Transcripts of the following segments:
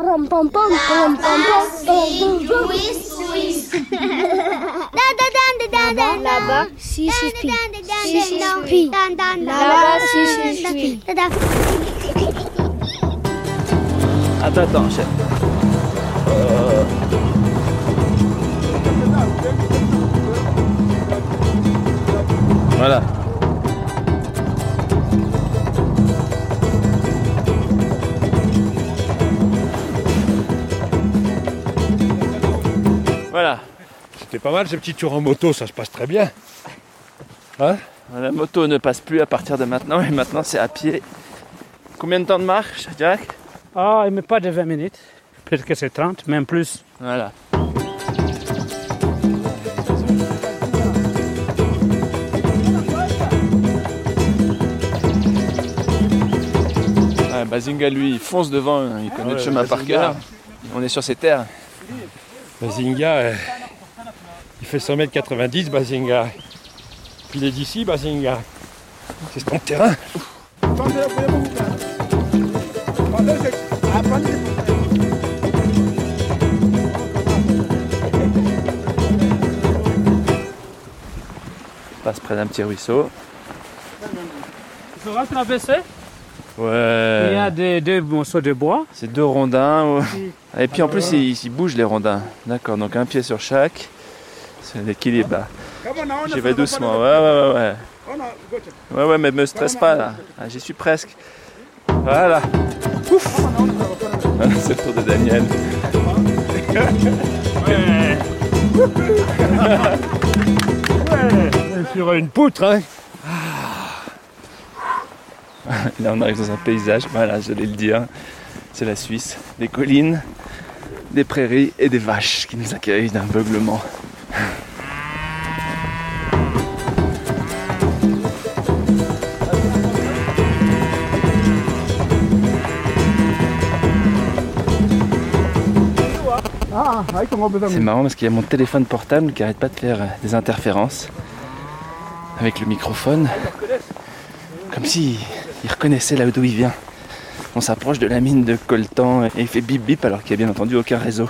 Là-bas, si je suis. Là-bas, si je suis. Attends, chef. Voilà. Voilà. C'était pas mal ce petit tour en moto, ça se passe très bien. Hein ? La moto ne passe plus à partir de maintenant et maintenant c'est à pied. Combien de temps de marche, Jack ? Ah, il met pas de 20 minutes. Peut-être que c'est 30, même plus. Voilà. Bazinga, lui, il fonce devant, il connaît le chemin par cœur. On est sur ses terres. Bazinga, il fait 100m90, Bazinga. Puis il est d'ici, Bazinga. C'est ton terrain. On passe près d'un petit ruisseau. Il faudra traverser. Ouais. Il y a deux morceaux de bois. C'est 2 rondins. Ouais. Et puis en plus, ils bougent les rondins. D'accord, donc un pied sur chaque. C'est l'équilibre. J'y vais doucement. Ouais, mais me stresse pas là. Ah, j'y suis presque. Voilà. Ouf. C'est le tour de Daniel. Sur une poutre, hein. Là on arrive dans un paysage, voilà, j'allais le dire, c'est la Suisse, des collines, des prairies et des vaches qui nous accueillent d'un beuglement. C'est marrant parce qu'il y a mon téléphone portable qui arrête pas de faire des interférences avec le microphone, comme si il reconnaissait là d'où il vient. On s'approche de la mine de coltan et il fait bip bip alors qu'il n'y a bien entendu aucun réseau.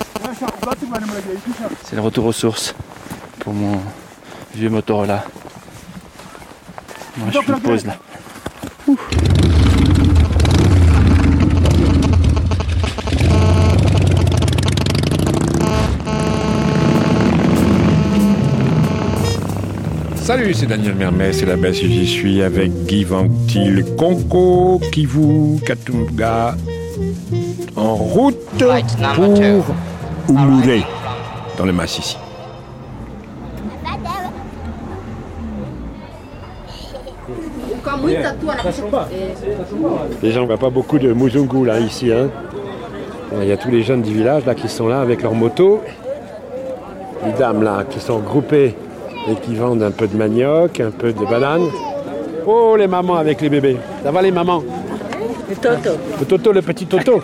C'est le retour aux sources pour mon vieux Motorola. Moi je fais une pause là. Ouf. Salut, c'est Daniel Mermès et la baisse j'y suis avec Guy Vanctil, Conco, Kivu, Katunga, en route pour Oumouré, dans le Massissi. Les gens ne voient pas beaucoup de Muzungu là ici. Hein. Il y a tous les jeunes du village là qui sont là avec leurs motos. Les dames là qui sont regroupées et qui vendent un peu de manioc, un peu de bananes. Oh, les mamans avec les bébés. Ça va les mamans ? Le Toto. Le Toto, le petit Toto.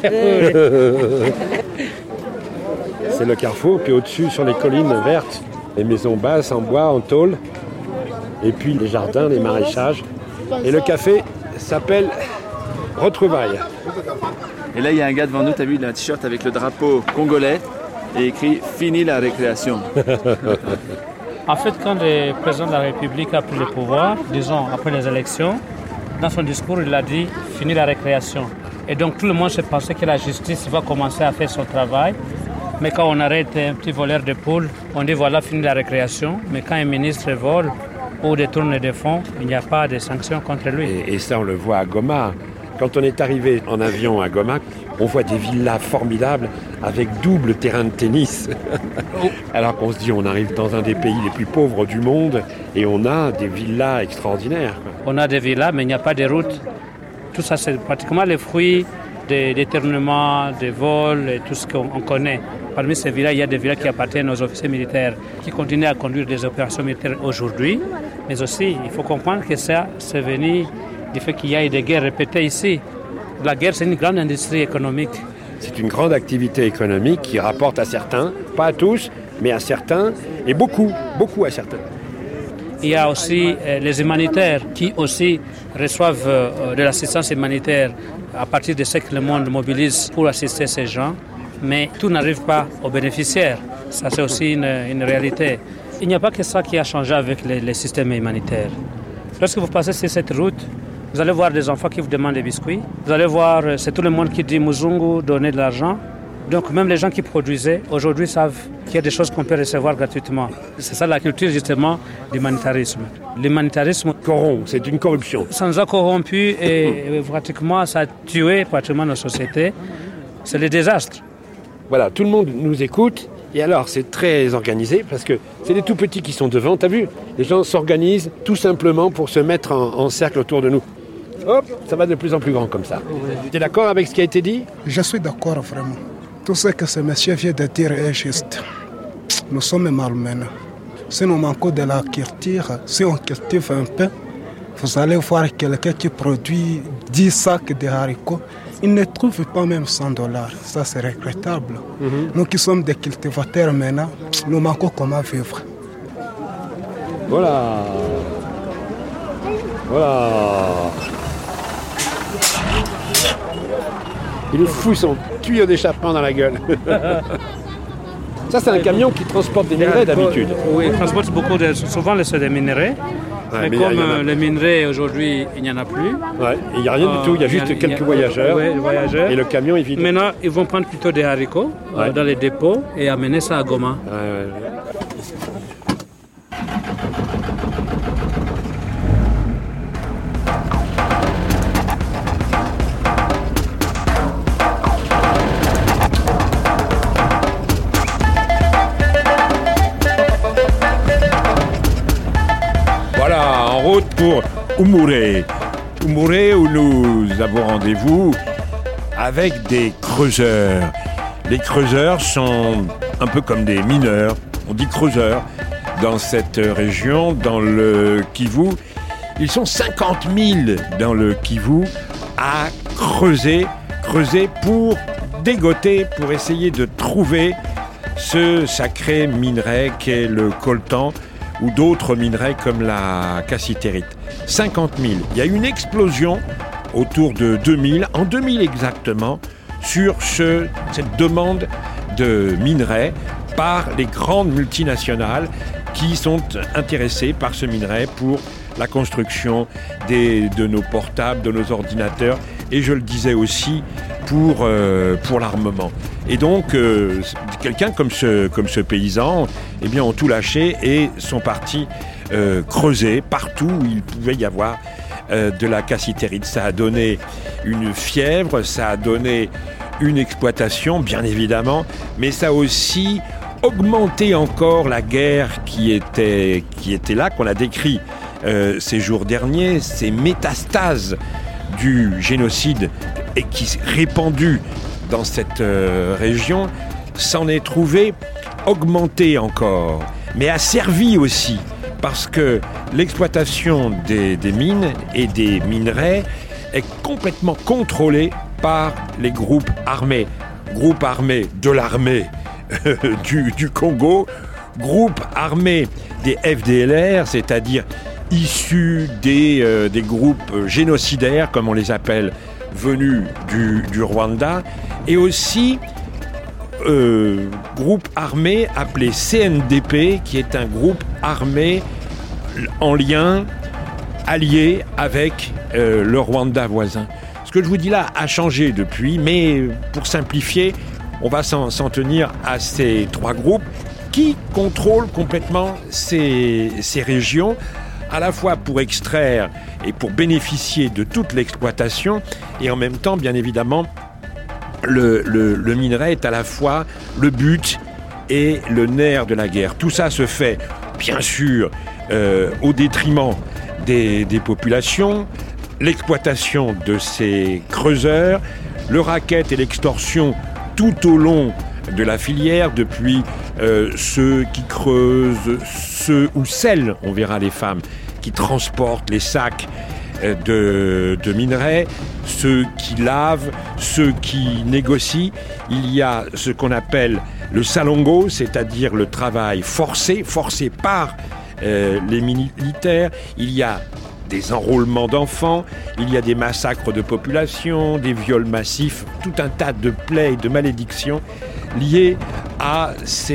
C'est le carrefour, puis au-dessus, sur les collines vertes, les maisons basses en bois, en tôle, et puis les jardins, les maraîchages. Et le café s'appelle Retrouvailles. Et là, il y a un gars devant nous, t'as vu, il a un t-shirt avec le drapeau congolais et écrit « Fini la récréation ». En fait, quand le président de la République a pris le pouvoir, disons après les élections, dans son discours, il a dit « Fini la récréation ». Et donc tout le monde se pensait que la justice va commencer à faire son travail. Mais quand on arrête un petit voleur de poules, on dit voilà, fini la récréation. Mais quand un ministre vole ou détourne des fonds, il n'y a pas de sanctions contre lui. Et ça, on le voit à Goma. Quand on est arrivé en avion à Goma, on voit des villas formidables avec double terrain de tennis. Alors qu'on se dit, on arrive dans un des pays les plus pauvres du monde et on a des villas extraordinaires. On a des villas, mais il n'y a pas de routes. Tout ça, c'est pratiquement les fruits des détournements, des vols et tout ce qu'on connaît. Parmi ces villas, il y a des villas qui appartiennent aux officiers militaires qui continuent à conduire des opérations militaires aujourd'hui. Mais aussi, il faut comprendre que ça, c'est venu du fait qu'il y a des guerres répétées ici. La guerre, c'est une grande industrie économique. C'est une grande activité économique qui rapporte à certains, pas à tous, mais à certains, et beaucoup à certains. Il y a aussi les humanitaires qui aussi reçoivent de l'assistance humanitaire à partir de ce que le monde mobilise pour assister ces gens, mais tout n'arrive pas aux bénéficiaires. Ça, c'est aussi une réalité. Il n'y a pas que ça qui a changé avec les systèmes humanitaires. Lorsque vous passez sur cette route, vous allez voir des enfants qui vous demandent des biscuits. Vous allez voir, c'est tout le monde qui dit Muzungu, donner de l'argent. Donc même les gens qui produisaient, aujourd'hui, savent qu'il y a des choses qu'on peut recevoir gratuitement. C'est ça la culture, justement, l'humanitarisme. L'humanitarisme corrompt, c'est une corruption. Ça nous a corrompus et pratiquement, ça a tué pratiquement nos sociétés. C'est le désastre. Voilà, tout le monde nous écoute. Et alors, c'est très organisé parce que c'est les tout petits qui sont devant. T'as vu ? Les gens s'organisent tout simplement pour se mettre en cercle autour de nous. Hop, ça va de plus en plus grand comme ça. Tu es d'accord avec ce qui a été dit ? Je suis d'accord vraiment. Tout ce que ce monsieur vient de dire est juste. Nous sommes malmenés. Si nous manquons de la culture, si on cultive un peu, vous allez voir quelqu'un qui produit 10 sacs de haricots. Il ne trouve pas même $100. Ça, c'est regrettable. Nous qui sommes des cultivateurs maintenant, nous manquons comment vivre. Voilà. Voilà. Il nous fout son tuyau d'échappement dans la gueule. Ça, c'est un camion qui transporte des minerais d'habitude. Oui, il transporte beaucoup, souvent c'est des minerais. Ouais, mais comme les minerais aujourd'hui, il n'y en a plus. Ouais, il n'y a rien du tout, il y a juste quelques voyageurs. Ouais, voyageurs. Et le camion est vide. Maintenant, ils vont prendre plutôt des haricots dans les dépôts et amener ça à Goma. Ouais. Pour Umure, où nous avons rendez-vous avec des creuseurs. Les creuseurs sont un peu comme des mineurs, on dit creuseurs, dans cette région, dans le Kivu. Ils sont 50 000 dans le Kivu à creuser pour dégoter, pour essayer de trouver ce sacré minerai qu'est le coltan, ou d'autres minerais comme la cassitérite. 50 000. Il y a eu une explosion autour de 2000, en 2000 exactement, sur cette demande de minerais par les grandes multinationales qui sont intéressées par ce minerai pour la construction de nos portables, de nos ordinateurs, et je le disais aussi pour l'armement. Et donc, quelqu'un comme ce paysan, eh bien, ont tout lâché et sont partis creuser partout où il pouvait y avoir de la cassitérite. Ça a donné une fièvre, ça a donné une exploitation, bien évidemment, mais ça a aussi augmenté encore la guerre qui était là, qu'on a décrit ces jours derniers, ces métastases du génocide et qui s'est répandu dans cette région, s'en est trouvé augmenté encore, mais a servi aussi, parce que l'exploitation des mines et des minerais est complètement contrôlée par les groupes armés de l'armée du Congo, groupes armés des FDLR, c'est-à-dire issus des groupes génocidaires, comme on les appelle, venus du Rwanda, et aussi groupe armé appelé CNDP, qui est un groupe armé en lien, allié avec le Rwanda voisin. Ce que je vous dis là a changé depuis, mais pour simplifier, on va s'en tenir à ces trois groupes qui contrôlent complètement ces régions, à la fois pour extraire et pour bénéficier de toute l'exploitation, et en même temps, bien évidemment, le minerai est à la fois le but et le nerf de la guerre. Tout ça se fait, bien sûr, au détriment des populations, l'exploitation de ces creuseurs, le racket et l'extorsion tout au long de la filière, depuis ceux qui creusent, ceux ou celles, on verra les femmes, qui transportent les sacs de minerais, ceux qui lavent, ceux qui négocient. Il y a ce qu'on appelle le salongo, c'est-à-dire le travail forcé par les militaires. Il y a des enrôlements d'enfants, il y a des massacres de population, des viols massifs, tout un tas de plaies et de malédictions liées à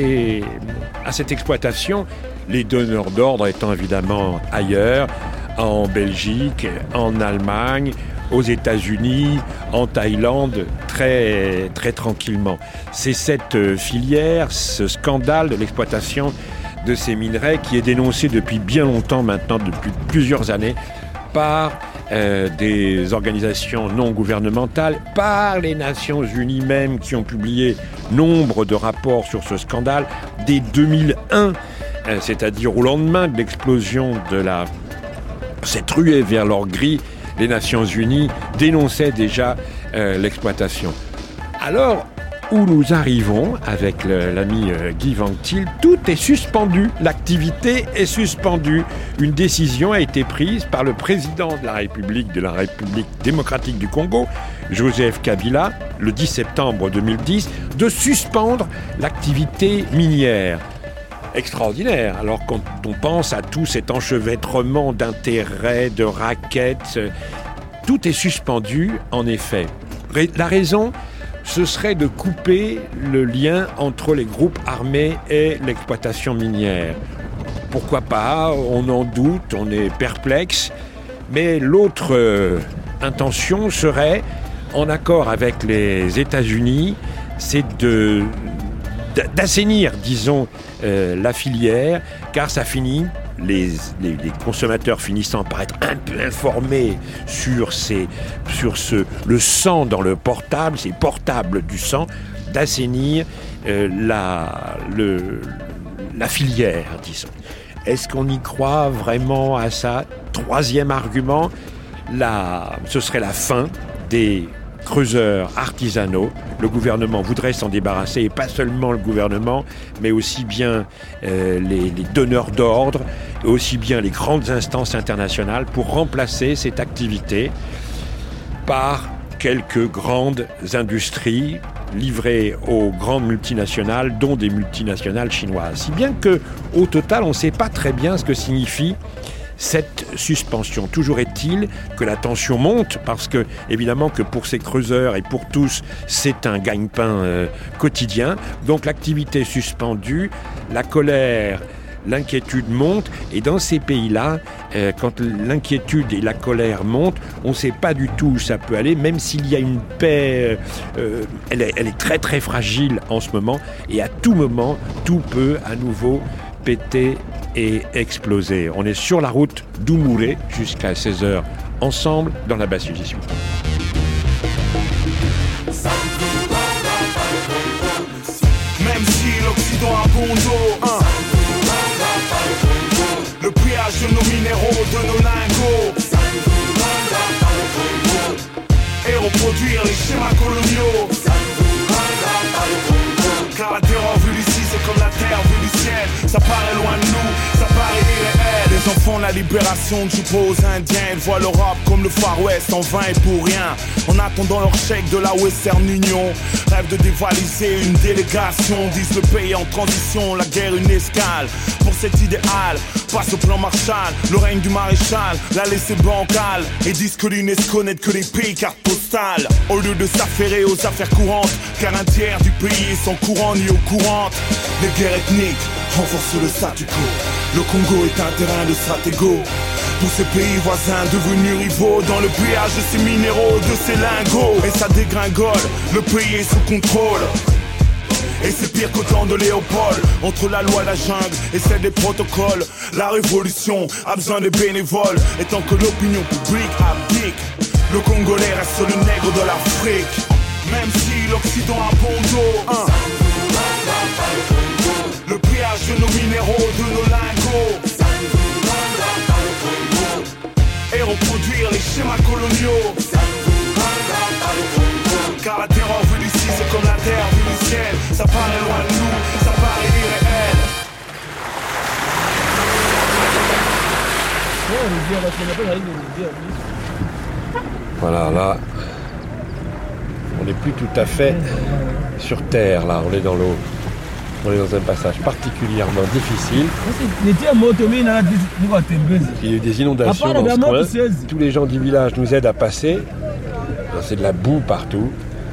cette exploitation, les donneurs d'ordre étant évidemment ailleurs, en Belgique, en Allemagne, aux États-Unis, en Thaïlande, très, très tranquillement. C'est cette filière, ce scandale de l'exploitation de ces minerais qui est dénoncé depuis bien longtemps maintenant, depuis plusieurs années, par des organisations non gouvernementales, par les Nations Unies même qui ont publié nombre de rapports sur ce scandale dès 2001, c'est-à-dire au lendemain de l'explosion de cette ruée vers l'or gris. Les Nations Unies dénonçaient déjà l'exploitation. Alors, où nous arrivons avec l'ami Guy Van Til, tout est suspendu, l'activité est suspendue. Une décision a été prise par le président de la République démocratique du Congo, Joseph Kabila, le 10 septembre 2010, de suspendre l'activité minière. Extraordinaire. Alors quand on pense à tout cet enchevêtrement d'intérêts, de raquettes, tout est suspendu en effet. La raison, ce serait de couper le lien entre les groupes armés et l'exploitation minière. Pourquoi pas? On en doute, on est perplexe. Mais l'autre intention serait, en accord avec les États-Unis, c'est d'assainir, disons, la filière, car ça finit, les consommateurs finissant par être un peu informés sur le sang dans le portable, c'est portable du sang, d'assainir la filière, disons. Est-ce qu'on y croit vraiment à ça? Troisième argument, ce serait la fin des creuseurs artisanaux. Le gouvernement voudrait s'en débarrasser, et pas seulement le gouvernement, mais aussi bien les donneurs d'ordre, aussi bien les grandes instances internationales, pour remplacer cette activité par quelques grandes industries livrées aux grandes multinationales, dont des multinationales chinoises. Si bien qu'au total, on ne sait pas très bien ce que signifie cette suspension. Toujours est-il que la tension monte, parce que, évidemment, que pour ces creuseurs et pour tous, c'est un gagne-pain quotidien. Donc l'activité est suspendue, la colère, l'inquiétude monte, et dans ces pays-là, quand l'inquiétude et la colère montent, on ne sait pas du tout où ça peut aller, même s'il y a une paix, elle est très très fragile en ce moment, et à tout moment, tout peut à nouveau péter et exploser. On est sur la route d'Oumouré jusqu'à 16h, ensemble dans la basse Sud-Est. Même si l'Occident a bon dos, le pillage de nos minéraux, de nos lingots, et reproduire les schémas coloniaux. Car la terreur vue d'ici, c'est comme la terre vue du ciel. Ça paraît loin de nous, ça paraît irréel. Les enfants de la libération du aux Indiens, ils voient l'Europe comme le Far West, en vain et pour rien. En attendant leur chèque de la Western Union, rêve de dévaliser une délégation. Disent le pays en transition, la guerre une escale. Pour cet idéal, passe au plan Marshall, le règne du maréchal, la laisser bancale. Et disent que l'UNESCO n'est que les pays cartes postales, au lieu de s'affairer aux affaires courantes. Car un tiers du pays est sans courant ni eau courante. Les guerres ethniques renforcent le statu quo. Le Congo est un terrain de stratégo pour ces pays voisins devenus rivaux, dans le pillage de ces minéraux, de ces lingots. Et ça dégringole, le pays est sous contrôle. Et c'est pire qu'au temps de Léopold. Entre la loi et la jungle et celle des protocoles, la révolution a besoin de bénévoles. Et tant que l'opinion publique abdique, le Congolais reste le nègre de l'Afrique. Même si l'Occident a bon dos, le pillage de nos minéraux, de nos lingots, et reproduire les schémas coloniaux. Car la terreur vue d'ici, c'est comme la terre vue du ciel. Ça paraît loin de nous, ça paraît irréel. Voilà, là, on n'est plus tout à fait sur terre, là, on est dans l'eau. On est dans un passage particulièrement difficile. Il y a eu des inondations dans ce coin. Tous les gens du village nous aident à passer. C'est de la boue partout.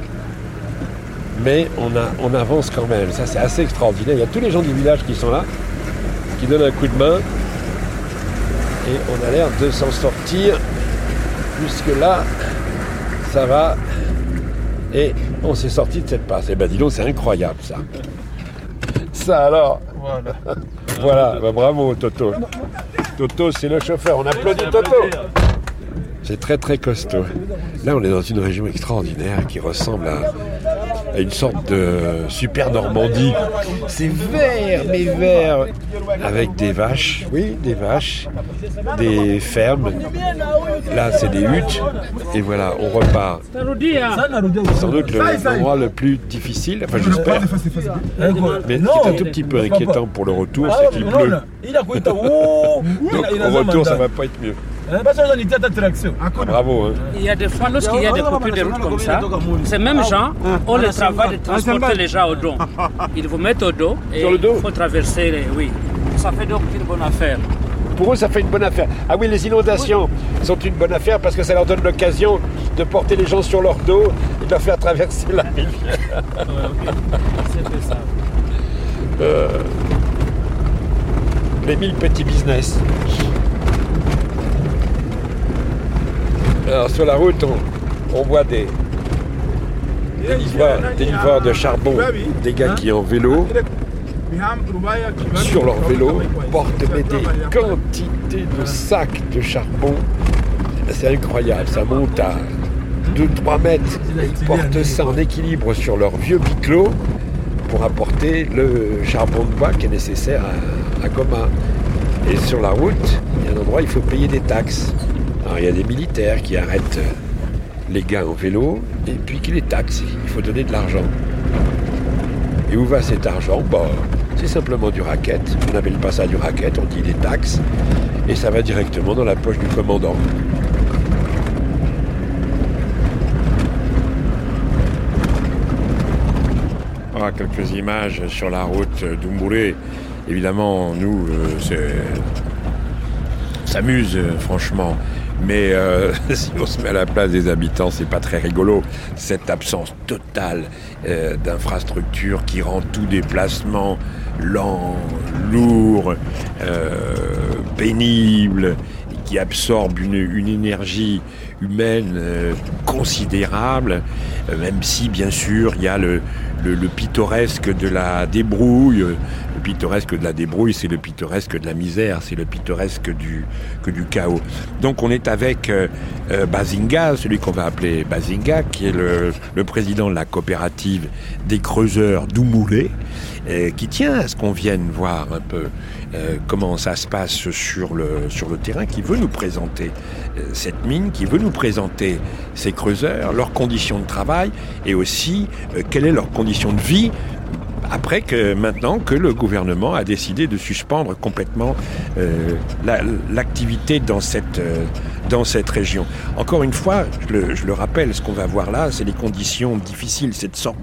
Mais on avance quand même. Ça, c'est assez extraordinaire. Il y a tous les gens du village qui sont là, qui donnent un coup de main. Et on a l'air de s'en sortir. Jusque là, ça va. Et on s'est sorti de cette passe. Et ben dis donc, c'est incroyable ça. Ça alors. Voilà, bah, bravo Toto. Toto, c'est le chauffeur. On applaudit Toto. C'est très très costaud. Là, on est dans une région extraordinaire qui ressemble à une sorte de super Normandie. C'est vert, mais vert, avec des vaches. Oui, des vaches, des fermes. Là, c'est des huttes. Et voilà, on repart. Sans doute l'endroit le plus difficile, enfin j'espère. Mais ce qui est un tout petit peu inquiétant pour le retour, c'est qu'il pleut. Donc au retour, ça va pas être mieux. Bravo. Hein. Il y a des fois, lorsqu'il y a des coupures de route comme ça, ces mêmes gens ont le travail de transporter les gens au dos. Ils vous mettent au dos et il faut traverser. Oui, ça fait donc une bonne affaire. Pour eux, ça fait une bonne affaire. Ah oui, les inondations sont une bonne affaire parce que ça leur donne l'occasion de porter les gens sur leur dos et de leur faire traverser la rivière. C'est ça. Les 1000 petits business. Alors sur la route, on voit des livreurs de charbon, des gars qui en vélo, sur leur vélo, portent des quantités de sacs de charbon. C'est incroyable, ça monte à 2-3 mètres. Ils portent ça en équilibre sur leur vieux biclot pour apporter le charbon de bois qui est nécessaire à Goma. Et sur la route, il y a un endroit où il faut payer des taxes. Alors il y a des militaires qui arrêtent les gars en vélo et puis qui les taxent. Il faut donner de l'argent. Et où va cet argent ? C'est simplement du racket. On n'appelle pas ça du racket, on dit des taxes. Et ça va directement dans la poche du commandant. Voilà quelques images sur la route d'Umburé. Évidemment, nous, s'amuse franchement. Mais si on se met à la place des habitants, c'est pas très rigolo. Cette absence totale d'infrastructures qui rend tout déplacement lent, lourd, pénible, qui absorbe une énergie humaine considérable, même si bien sûr il y a le pittoresque de la débrouille. Le pittoresque de la débrouille, c'est le pittoresque de la misère, c'est le pittoresque du chaos. Donc on est avec Bazinga, celui qu'on va appeler Bazinga, qui est le président de la coopérative des creuseurs d'Umburé, qui tient à ce qu'on vienne voir un peu comment ça se passe sur le terrain, qui veut nous présenter cette mine, qui veut nous présenter ces creuseurs, leurs conditions de travail et aussi quelle est leur condition de vie après maintenant que le gouvernement a décidé de suspendre complètement l'activité dans cette région. Encore une fois, je le rappelle, ce qu'on va voir là, c'est les conditions difficiles, cette sorte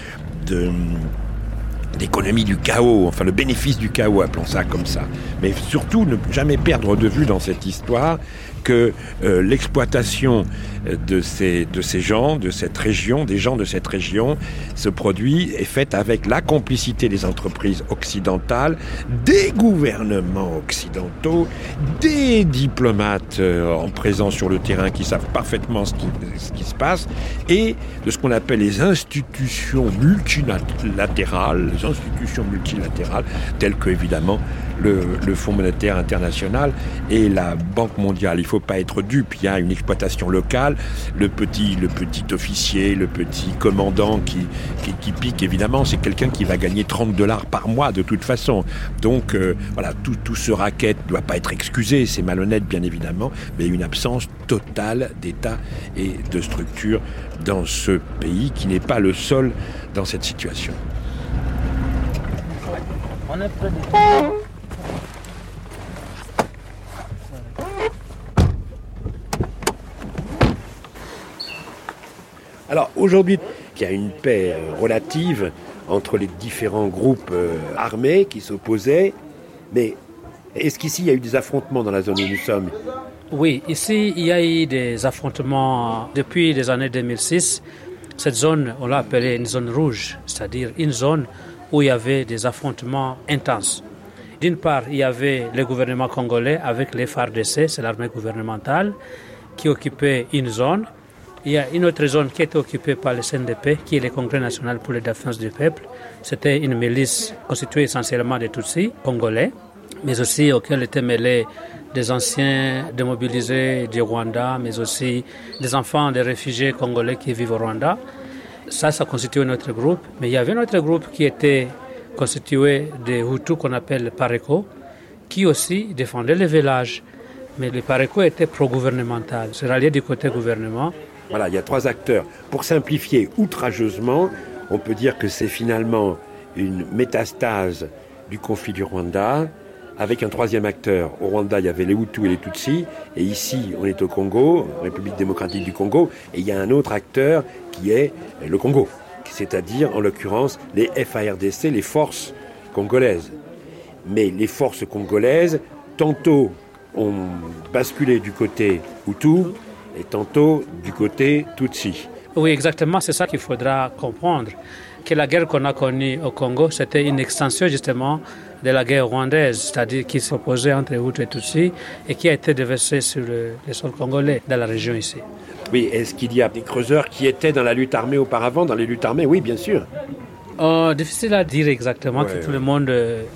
d'économie du chaos, enfin le bénéfice du chaos, appelons ça comme ça. Mais surtout, ne jamais perdre de vue dans cette histoire que l'exploitation de ces gens, de cette région, des gens de cette région, ce produit est faite avec la complicité des entreprises occidentales, des gouvernements occidentaux, des diplomates en présence sur le terrain qui savent parfaitement ce qui se passe, et de ce qu'on appelle les institutions multilatérales, telles que évidemment le Fonds monétaire international et la Banque mondiale. Il ne faut pas être dupe, il y a une exploitation locale, le petit officier, le petit commandant qui pique, évidemment, c'est quelqu'un qui va gagner $30 par mois de toute façon. Donc voilà, tout ce racket ne doit pas être excusé, c'est malhonnête bien évidemment, mais une absence totale d'État et de structure dans ce pays qui n'est pas le seul dans cette situation. On est près de... Alors aujourd'hui, il y a une paix relative entre les différents groupes armés qui s'opposaient. Mais est-ce qu'ici, il y a eu des affrontements dans la zone où nous sommes? Oui, ici, il y a eu des affrontements depuis les années 2006. Cette zone, on l'a appelée une zone rouge, c'est-à-dire une zone où il y avait des affrontements intenses. D'une part, il y avait le gouvernement congolais avec les FARDC, c'est l'armée gouvernementale, qui occupait une zone. Il y a une autre zone qui était occupée par le CNDP, qui est le Congrès national pour la défense du peuple. C'était une milice constituée essentiellement de Tutsis congolais, mais aussi auxquels étaient mêlés des anciens démobilisés du Rwanda, mais aussi des enfants des réfugiés congolais qui vivent au Rwanda. Ça constituait notre groupe. Mais il y avait un autre groupe qui était constitué des Hutus qu'on appelle Pareko, qui aussi défendait les villages. Mais le Pareko était pro-gouvernemental, c'est rallié du côté gouvernement. Voilà, il y a 3 acteurs. Pour simplifier outrageusement, on peut dire que c'est finalement une métastase du conflit du Rwanda, avec un 3e acteur. Au Rwanda, il y avait les Hutus et les Tutsis, et ici, on est au Congo, République démocratique du Congo, et il y a un autre acteur qui est le Congo, c'est-à-dire, en l'occurrence, les FARDC, les forces congolaises. Mais les forces congolaises, tantôt ont basculé du côté Hutu, et tantôt du côté Tutsi. Oui, exactement, c'est ça qu'il faudra comprendre. Que la guerre qu'on a connue au Congo, c'était une extension justement de la guerre rwandaise, c'est-à-dire qui s'opposait entre Hutus et Tutsis et qui a été déversée sur le sol congolais, dans la région ici. Oui, est-ce qu'il y a des creuseurs qui étaient dans la lutte armée auparavant, dans les luttes armées? Oui, bien sûr. Difficile à dire exactement que tout le monde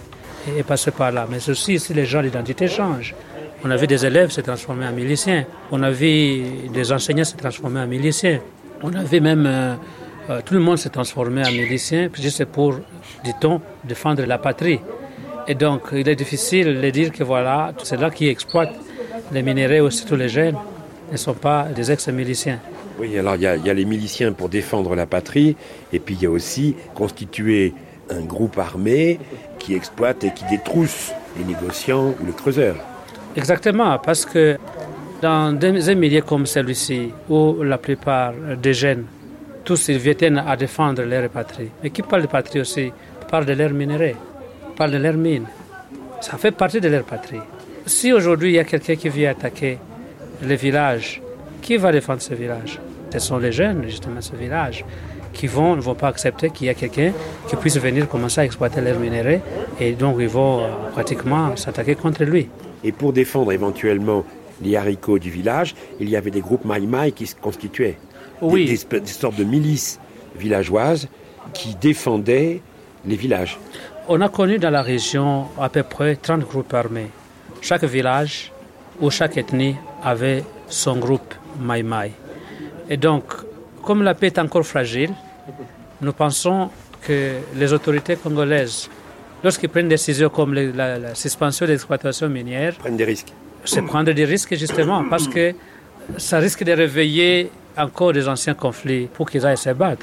est passé par là, mais aussi ici les gens, l'identité change. On a vu des élèves se transformer en miliciens, on a vu des enseignants se transformer en miliciens, on a vu même tout le monde se transformer en miliciens, juste pour, dit-on, défendre la patrie. Et donc, il est difficile de dire que voilà, c'est là qui exploitent les minéraux, aussi tous les jeunes, ne sont pas des ex-miliciens. Oui, alors il y a les miliciens pour défendre la patrie, et puis il y a aussi constituer un groupe armé qui exploite et qui détrousse les négociants ou les creuseurs. Exactement, parce que dans un milieu comme celui-ci, où la plupart des jeunes, tous ils viennent à défendre leur patrie, mais qui parle de patrie aussi, parle de leurs minéraux, parle de leurs mines. Ça fait partie de leur patrie. Si aujourd'hui il y a quelqu'un qui vient attaquer les villages, qui va défendre ce village? Ce sont les jeunes, justement, ce village, qui ne vont pas accepter qu'il y ait quelqu'un qui puisse venir commencer à exploiter leurs minéraux, et donc ils vont pratiquement s'attaquer contre lui. Et pour défendre éventuellement les haricots du village, il y avait des groupes maïmaï qui se constituaient. Oui. Des sortes de milices villageoises qui défendaient les villages. On a connu dans la région à peu près 30 groupes armés. Chaque village ou chaque ethnie avait son groupe maïmaï. Et donc, comme la paix est encore fragile, nous pensons que les autorités congolaises, lorsqu'ils prennent des décisions comme la suspension de l'exploitation minière, prennent des risques. C'est prendre des risques justement parce que ça risque de réveiller encore des anciens conflits pour qu'ils aillent se battre.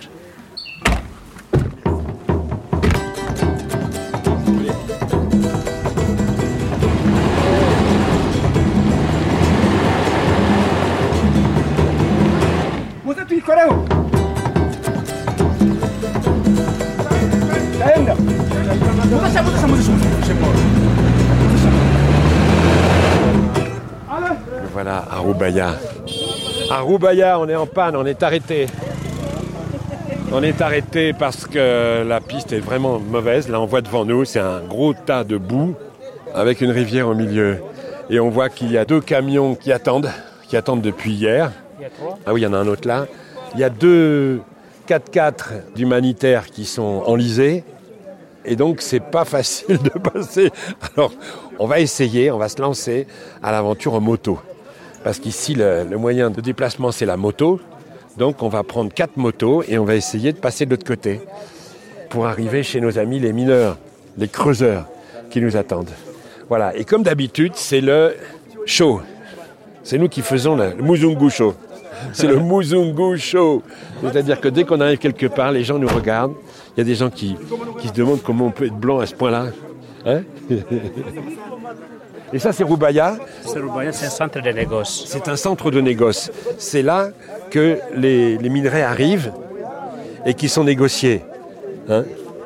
Voilà, à Roubaïa. À Roubaïa, on est en panne, on est arrêté. On est arrêté parce que la piste est vraiment mauvaise. Là, on voit devant nous, c'est un gros tas de boue avec une rivière au milieu. Et on voit qu'il y a 2 camions qui attendent depuis hier. Il y a 3. Ah oui, il y en a un autre là. Il y a 2 4x4 d'humanitaires qui sont enlisés. Et donc, c'est pas facile de passer. Alors, on va essayer, on va se lancer à l'aventure en moto. Parce qu'ici, le moyen de déplacement, c'est la moto. Donc, on va prendre 4 motos et on va essayer de passer de l'autre côté pour arriver chez nos amis les mineurs, les creuseurs qui nous attendent. Voilà. Et comme d'habitude, c'est le show. C'est nous qui faisons le Muzungu Show. C'est le Muzungu Show. C'est-à-dire que dès qu'on arrive quelque part, les gens nous regardent. Il y a des gens qui se demandent comment on peut être blanc à ce point-là. Hein? Et ça, c'est Roubaïa. C'est Roubaïa, c'est un centre de négoce. C'est un centre de négoce. C'est là que les minerais arrivent et qui sont négociés. Hein?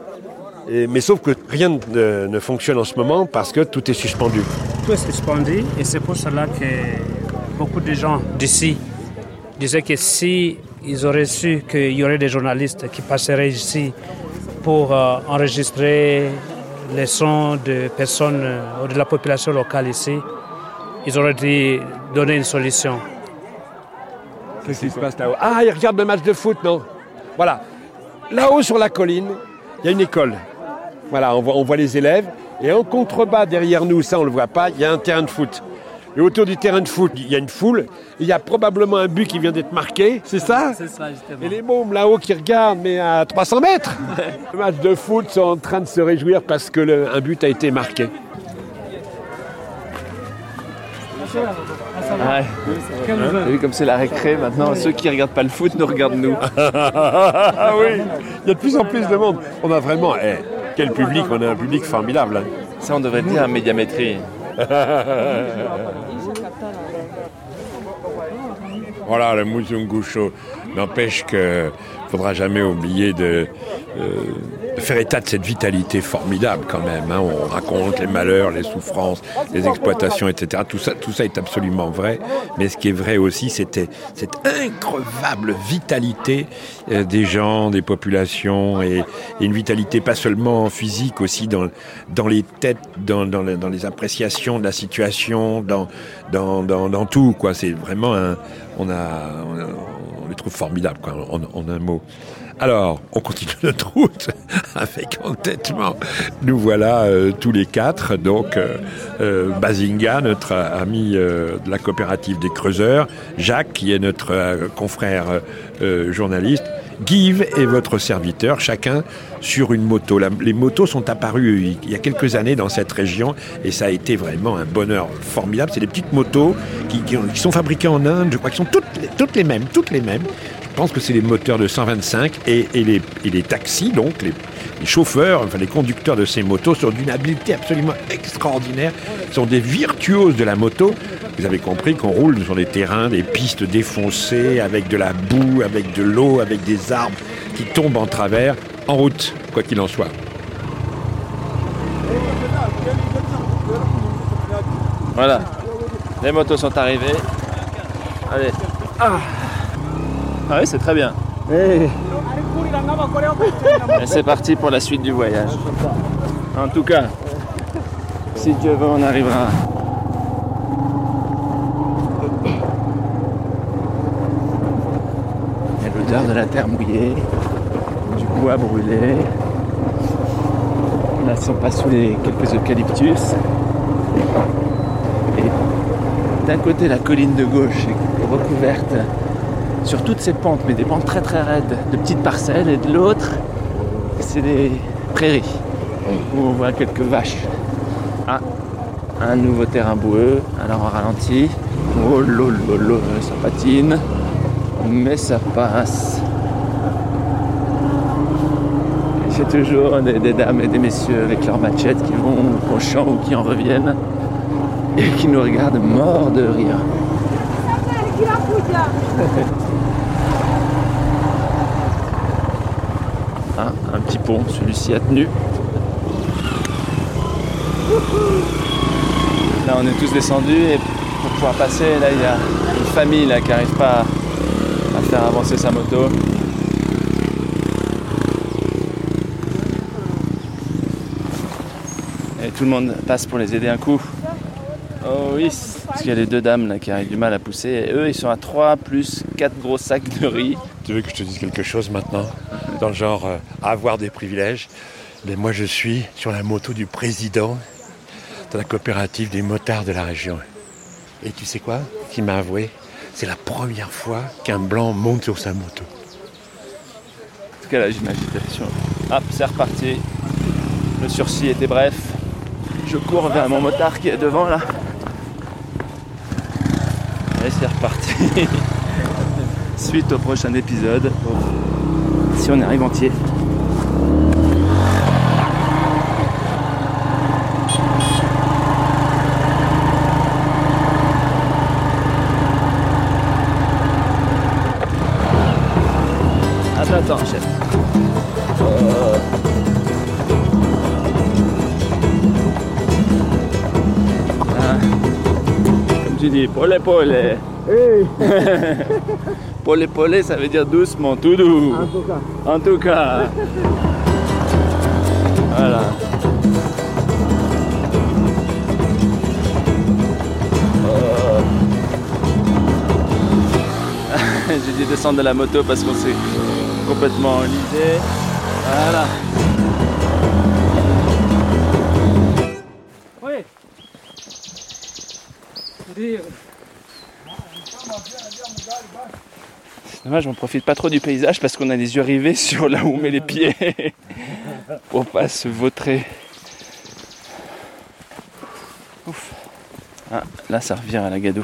Mais sauf que rien ne fonctionne en ce moment parce que tout est suspendu. Tout est suspendu et c'est pour cela que beaucoup de gens d'ici disaient que si ils auraient su qu'il y aurait des journalistes qui passeraient ici pour enregistrer les sons de personnes ou de la population locale ici, ils auraient dû donner une solution. Qu'est-ce qui se passe là-haut? Ah, ils regardent le match de foot, non? Voilà. Là-haut sur la colline, il y a une école. Voilà, on voit les élèves. Et en contrebas, derrière nous, ça on ne le voit pas, il y a un terrain de foot. Et autour du terrain de foot, il y a une foule. Il y a probablement un but qui vient d'être marqué, c'est ça? C'est ça, justement. Et les mômes là-haut qui regardent, mais à 300 mètres. Le match de foot sont en train de se réjouir parce qu'un but a été marqué. Ouais. T'as vu comme c'est la récré maintenant, ceux qui regardent pas le foot nous regardent nous. Ah oui, il y a de plus en plus de monde. On a vraiment, quel public, on a un public formidable. Hein. Ça on devrait dire à Médiamétrie. Voilà, le Muzungu Show. N'empêche qu'il ne faudra jamais oublier de faire état de cette vitalité formidable quand même. Hein. On raconte les malheurs, les souffrances, les exploitations, etc. Tout ça est absolument vrai. Mais ce qui est vrai aussi, c'était cette increvable vitalité des gens, des populations, et une vitalité pas seulement physique, aussi dans les têtes, dans les appréciations de la situation, dans tout, quoi. C'est vraiment on les trouve formidables, quoi, en un mot. Alors, on continue notre route avec entêtement. Nous voilà tous les quatre, donc Bazinga, notre ami de la coopérative des creuseurs, Jacques, qui est notre confrère journaliste, Guy est votre serviteur, chacun sur une moto. Les motos sont apparues il y a quelques années dans cette région et ça a été vraiment un bonheur formidable. C'est des petites motos qui sont fabriquées en Inde, je crois, qui sont toutes les mêmes. Je pense que c'est les moteurs de 125 et les taxis, donc les chauffeurs, enfin les conducteurs de ces motos sont d'une habileté absolument extraordinaire, sont des virtuoses de la moto. Vous avez compris qu'on roule sur des terrains, des pistes défoncées, avec de la boue, avec de l'eau, avec des arbres qui tombent en travers, en route, quoi qu'il en soit. Voilà, les motos sont arrivées. Allez. Ah oui, c'est très bien. Et c'est parti pour la suite du voyage. En tout cas, si Dieu veut, on arrivera. Il y a l'odeur de la terre mouillée, du bois brûlé. Là, si on passe sous les quelques eucalyptus. Et d'un côté, la colline de gauche est recouverte sur toutes ces pentes, mais des pentes très très raides, de petites parcelles, et de l'autre, c'est des prairies, où on voit quelques vaches. Ah, un nouveau terrain boueux, alors on ralentit. Oh lolo, ça patine, mais ça passe. Et c'est toujours des dames et des messieurs avec leurs machettes qui vont au champ ou qui en reviennent, et qui nous regardent morts de rire. Ah, un petit pont, celui-ci a tenu. Là on est tous descendus et pour pouvoir passer, là il y a une famille là, qui n'arrive pas à faire avancer sa moto. Et tout le monde passe pour les aider un coup. Oh oui, parce qu'il y a les deux dames là qui arrivent du mal à pousser. Et eux ils sont à 3 plus 4 gros sacs de riz. Tu veux que je te dise quelque chose maintenant? Dans le genre avoir des privilèges. Mais moi je suis sur la moto du président de la coopérative des motards de la région. Et tu sais quoi qu'il m'a avoué? C'est la première fois qu'un blanc monte sur sa moto. En tout cas là j'ai une agitation. Hop, c'est reparti. Le sursis était bref. Je cours vers mon motard qui est devant là. Et c'est reparti. Suite au prochain épisode. Si on arrive entier. Attends, chef. dit pole pole. Hey. Pole pole, ça veut dire doucement, tout doux. En tout cas. Voilà. J'ai dû descendre de la moto parce qu'on s'est complètement enlisé. Voilà. Oui. C'est dommage, on profite pas trop du paysage parce qu'on a les yeux rivés sur là où on met les pieds pour pas se vautrer. Ouf. Ah, là ça revient à la gadoue.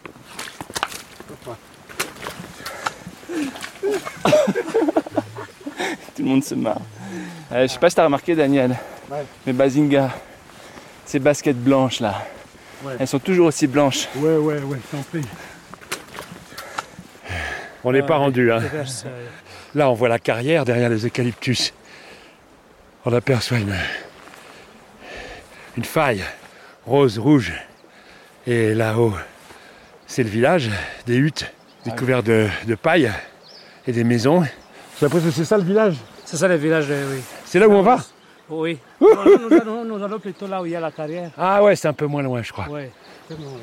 Tout le monde se marre. Je sais pas si t'as remarqué, Daniel, mais Bazinga, ces baskets blanches là, elles sont toujours aussi blanches. Ouais, t'en prie. On n'est pas rendu, hein. Là, on voit la carrière derrière les eucalyptus. On aperçoit une faille rose, rouge. Et là-haut, c'est le village, des huttes, couvertes de paille et des maisons. J'ai l'impression que c'est ça le village. C'est ça le village, oui. C'est là où on va? Oui. Nous allons plutôt là où il y a la carrière. Ah ouais, c'est un peu moins loin, je crois. Oui, c'est bon.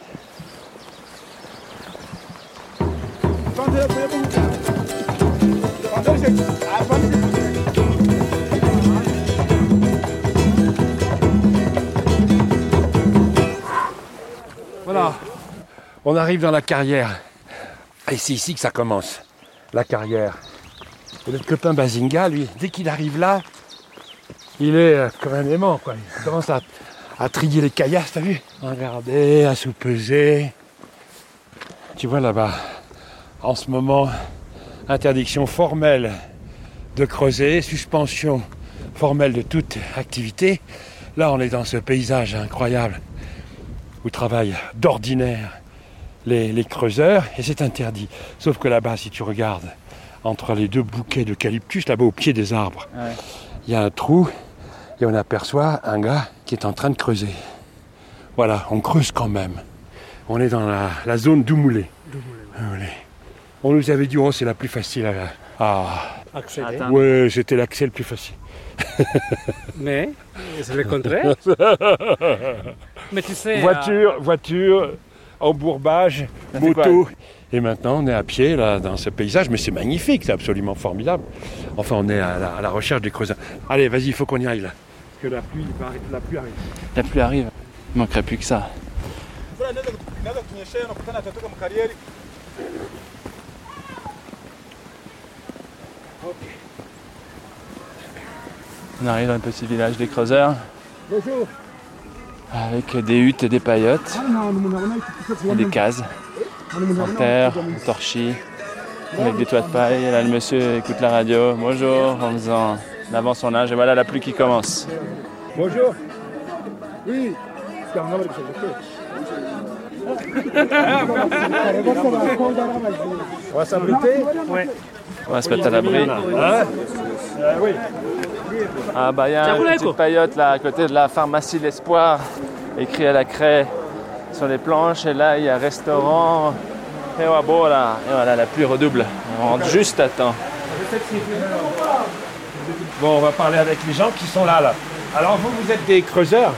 Voilà. On arrive dans la carrière. Et c'est ici que ça commence, la carrière. Et notre copain Bazinga, lui, dès qu'il arrive là, il est comme un aimant, quoi. Il commence à trier les caillasses, t'as vu? À regarder, à sous-peser. Tu vois là-bas, en ce moment, interdiction formelle de creuser, suspension formelle de toute activité. Là, on est dans ce paysage incroyable où travaillent d'ordinaire les creuseurs, et c'est interdit. Sauf que là-bas, si tu regardes, entre les deux bouquets d'eucalyptus, là-bas au pied des arbres, il y a un trou, et on aperçoit un gars qui est en train de creuser. Voilà, on creuse quand même. On est dans la zone d'Oumoulé. On nous avait dit, oh, c'est la plus facile à accéder. Oui, c'était l'accès le plus facile. Mais c'est le contraire. Mais tu sais, voiture, embourbage, moto. Et maintenant, on est à pied là, dans ce paysage, mais c'est magnifique, c'est absolument formidable. Enfin, on est à la recherche des creuseurs. Allez, vas-y, il faut qu'on y aille là. Parce que la pluie arrive. La pluie arrive. Il manquerait plus que ça. On arrive dans un petit village des creuseurs. Bonjour. Avec des huttes et des paillotes. Et des cases. En terre, en torchis. Avec des toits de paille. Et là, le monsieur écoute la radio. Bonjour, en faisant avant son âge. Et voilà la pluie qui commence. Bonjour. Oui. On va s'abriter? Oui. On va se mettre à l'abri. Oui. Ah bah il y a une petite paillote là à côté de la pharmacie L'Espoir, écrit à la craie sur les planches, et là il y a restaurant. Et voilà, la pluie redouble. On rentre juste à temps. Bon, on va parler avec les gens qui sont là. Alors vous êtes des creuseurs?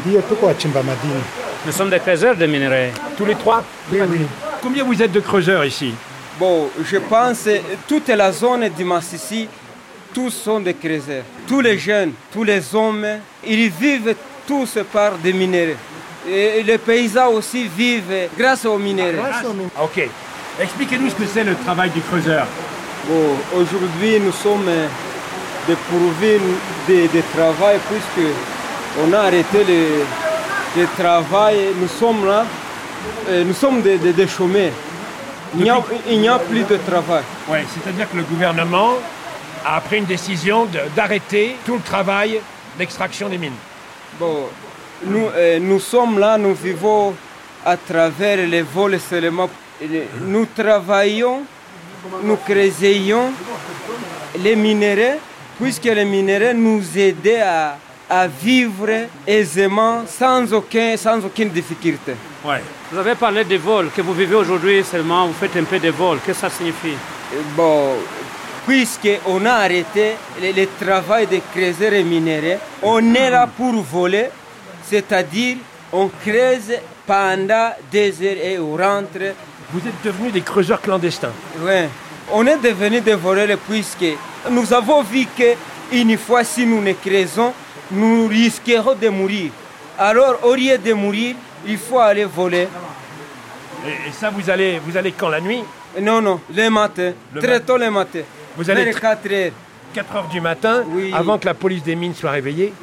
Nous sommes des creuseurs de minerais. Tous les trois? Oui. Combien vous êtes de creuseurs ici? Bon, je pense que toute la zone du Massissi, tous sont des creuseurs. Tous les jeunes, tous les hommes, ils vivent tous par des minéraux. Et les paysans aussi vivent grâce aux minéraux. Ok. Expliquez-nous ce que c'est le travail du creuseur. Bon, aujourd'hui, nous sommes dépourvus de travail puisque on a arrêté le travail. Nous sommes là, nous sommes des chômeurs. Il n'y a plus de travail. Oui, c'est-à-dire que le gouvernement a pris une décision d'arrêter tout le travail d'extraction des mines. Bon, nous sommes là, nous vivons à travers les vols seulement. Nous travaillons, nous créons les minéraux, puisque les minéraux nous aident à vivre aisément, sans aucune difficulté. Ouais. Vous avez parlé des vols, que vous vivez aujourd'hui seulement, vous faites un peu de vols. Qu'est-ce que ça signifie? Bon, puisqu'on a arrêté le travail de creuseurs et minéraux, on est là pour voler, c'est-à-dire on creuse pendant 2 heures et on rentre. Vous êtes devenus des creuseurs clandestins. Oui, on est devenus des voleurs puisque nous avons vu qu'une fois si nous ne creusons, nous risquerons de mourir. Alors au lieu de mourir, il faut aller voler. Et ça, vous allez quand, la nuit? Non, le matin, très tôt le matin. Vous allez vers 4 heures. 4 heures du matin, oui. Avant que la police des mines soit réveillée?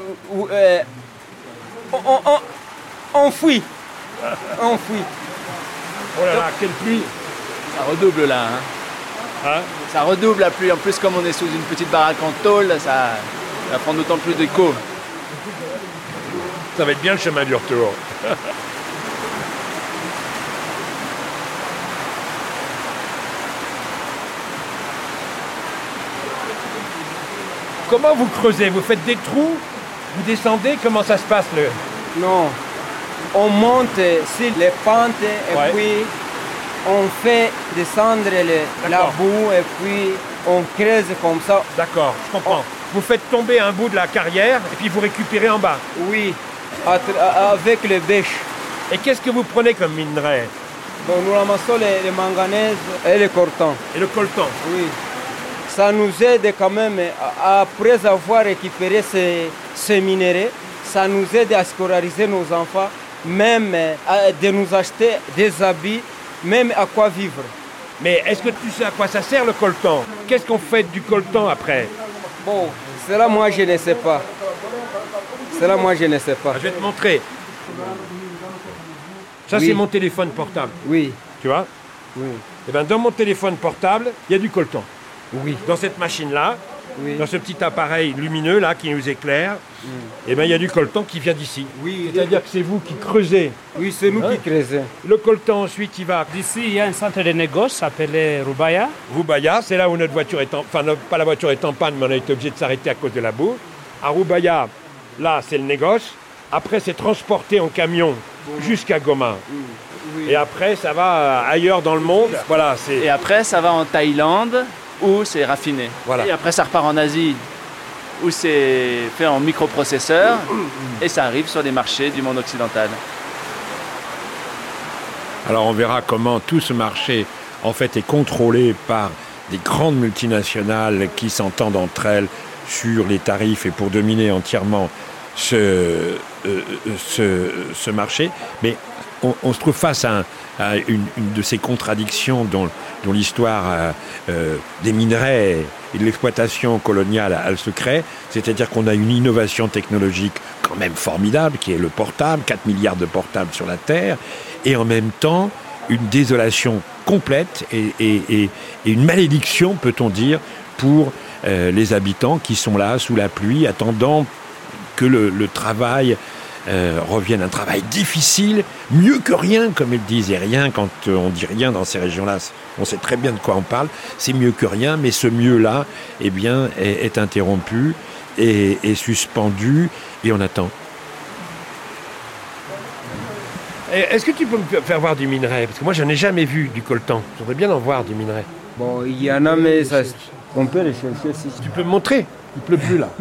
On fuit. On fuit. Oh là là, quelle pluie! Ça redouble là. Hein? Ça redouble la pluie. En plus, comme on est sous une petite baraque en tôle, ça va prendre d'autant plus d'écho. Ça va être bien le chemin du retour. Comment vous creusez? Vous faites des trous? Vous descendez? Comment ça se passe Non. On monte sur les pentes et puis on fait descendre la boue et puis on creuse comme ça. D'accord, je comprends. Vous faites tomber un bout de la carrière et puis vous récupérez en bas. Oui, avec le bêche. Et qu'est-ce que vous prenez comme minerai? Bon, nous ramassons les manganèse et le coltan. Et le coltan? Oui. Ça nous aide quand même, après avoir récupéré ces minéraux, ça nous aide à scolariser nos enfants, même de nous acheter des habits, même à quoi vivre. Mais est-ce que tu sais à quoi ça sert le coltan? Qu'est-ce qu'on fait du coltan après? Bon, cela moi je ne sais pas. Cela moi je ne sais pas. Je vais te montrer. Ça c'est mon téléphone portable. Oui. Tu vois? Oui. Et bien dans mon téléphone portable, il y a du coltan. Oui. Dans cette machine-là, oui. Dans ce petit appareil lumineux là qui nous éclaire, et ben il y a du coltan qui vient d'ici. Oui. C'est-à-dire que c'est vous qui creusez. Oui, c'est nous qui creusons. Le coltan ensuite il va. D'ici, il y a un centre de négoce appelé Roubaïa. Roubaïa, c'est là où notre voiture est pas la voiture est en panne, mais on a été obligé de s'arrêter à cause de la boue. À Roubaïa, là c'est le négoce. Après c'est transporté en camion jusqu'à Goma. Oui. Et après ça va ailleurs dans le monde. Voilà, et après ça va en Thaïlande où c'est raffiné. Voilà. Et après ça repart en Asie où c'est fait en microprocesseur et ça arrive sur les marchés du monde occidental. Alors on verra comment tout ce marché en fait est contrôlé par des grandes multinationales qui s'entendent entre elles sur les tarifs et pour dominer entièrement ce marché. Mais on se trouve face à une de ces contradictions dont l'histoire des minerais et de l'exploitation coloniale elle se crée. C'est-à-dire qu'on a une innovation technologique quand même formidable qui est le portable, 4 milliards de portables sur la Terre, et en même temps une désolation complète et une malédiction, peut-on dire, pour les habitants qui sont là sous la pluie, attendant que le travail revienne, un travail difficile, mieux que rien, comme ils disent, et rien, quand on dit rien dans ces régions-là, on sait très bien de quoi on parle, c'est mieux que rien, mais ce mieux-là, eh bien, est interrompu et suspendu, et on attend. Est-ce que tu peux me faire voir du minerai? Parce que moi, je n'en ai jamais vu du coltan. Je voudrais bien en voir du minerai. Bon, il y en a, mais ça, on peut les chercher ici. Tu peux me montrer? Il pleut plus, là.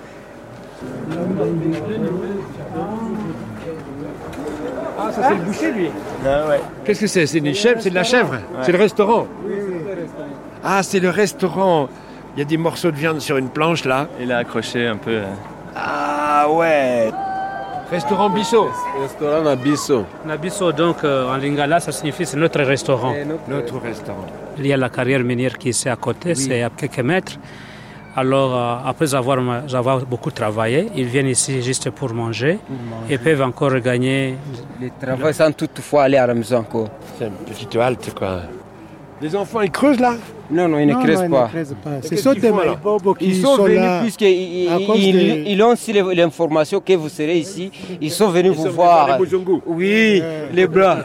Ah, ça c'est le boucher, lui. Ah, ouais. Qu'est-ce que c'est? C'est des chèvres? C'est de la chèvre? Ouais. C'est le restaurant? Oui, c'est le restaurant. Ah, c'est le restaurant. Il y a des morceaux de viande sur une planche, là. Il a accroché un peu. Ah, ouais. Restaurant Bissot. Restaurant Nabisso. Nabisso, donc en lingala, ça signifie c'est notre restaurant. Notre restaurant. Il y a la carrière minière qui est ici à côté, c'est à quelques mètres. Alors, après avoir beaucoup travaillé, ils viennent ici juste pour manger et peuvent encore gagner. Ils travaillent sans toutefois aller à la maison encore. C'est une petite halte, quoi. Les enfants, ils creusent, là? Non, ils ne creusent pas. Ce sont des maïbobos qui sont venus là. puisqu'ils ont aussi l'information que vous serez ici. Ils sont venus vous voir. Les Mozungu. Oui, les Blancs.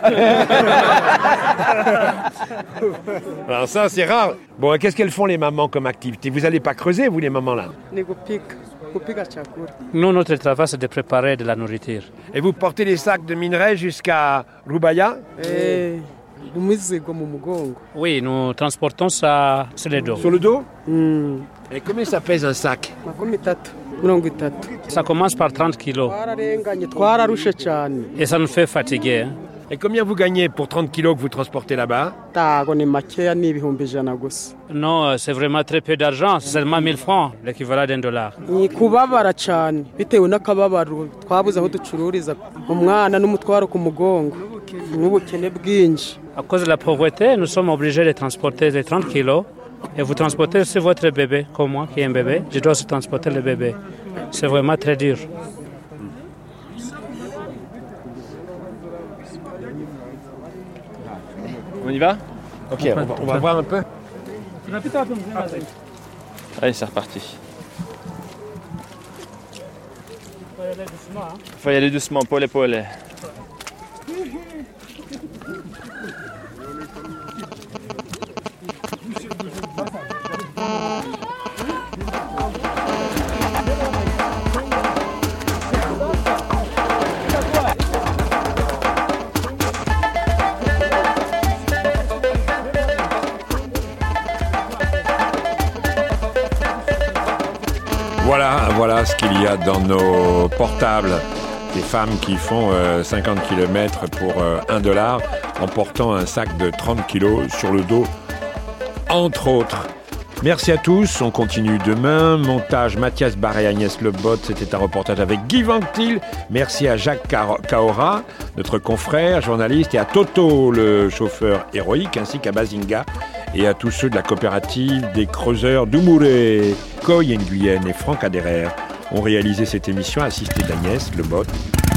Alors ça, c'est rare. Bon, qu'est-ce qu'elles font, les mamans, comme activité? Vous n'allez pas creuser, vous, les mamans, là? Nous, notre travail, c'est de préparer de la nourriture. Et vous portez les sacs de minerais jusqu'à Rubaya? Oui, nous transportons ça sur le dos. Sur le dos? Et combien ça pèse un sac? Ça commence par 30 kilos. Et ça nous fait fatiguer. Hein. Et combien vous gagnez pour 30 kilos que vous transportez là-bas? Non, c'est vraiment très peu d'argent. C'est seulement 1000 francs, l'équivalent $1. À cause de la pauvreté, nous sommes obligés de transporter les 30 kilos. Et vous transportez aussi votre bébé, comme moi qui est un bébé. Je dois aussi transporter le bébé. C'est vraiment très dur. On y va? Ok, on va voir un peu. Allez, c'est reparti. Faut y aller doucement, pole pole. Voilà ce qu'il y a dans nos portables. Des femmes qui font 50 km pour $1 en portant un sac de 30 kg sur le dos, entre autres. Merci à tous, on continue demain. Montage Mathias Barre et Agnès Lebot, c'était un reportage avec Guy Vanctil. Merci à Jacques Kahora, notre confrère, journaliste, et à Toto, le chauffeur héroïque, ainsi qu'à Bazinga, et à tous ceux de la coopérative des creuseurs d'Oumouré. Coy Nguyen et Franck Aderer ont réalisé cette émission assistée d'Agnès Lebot.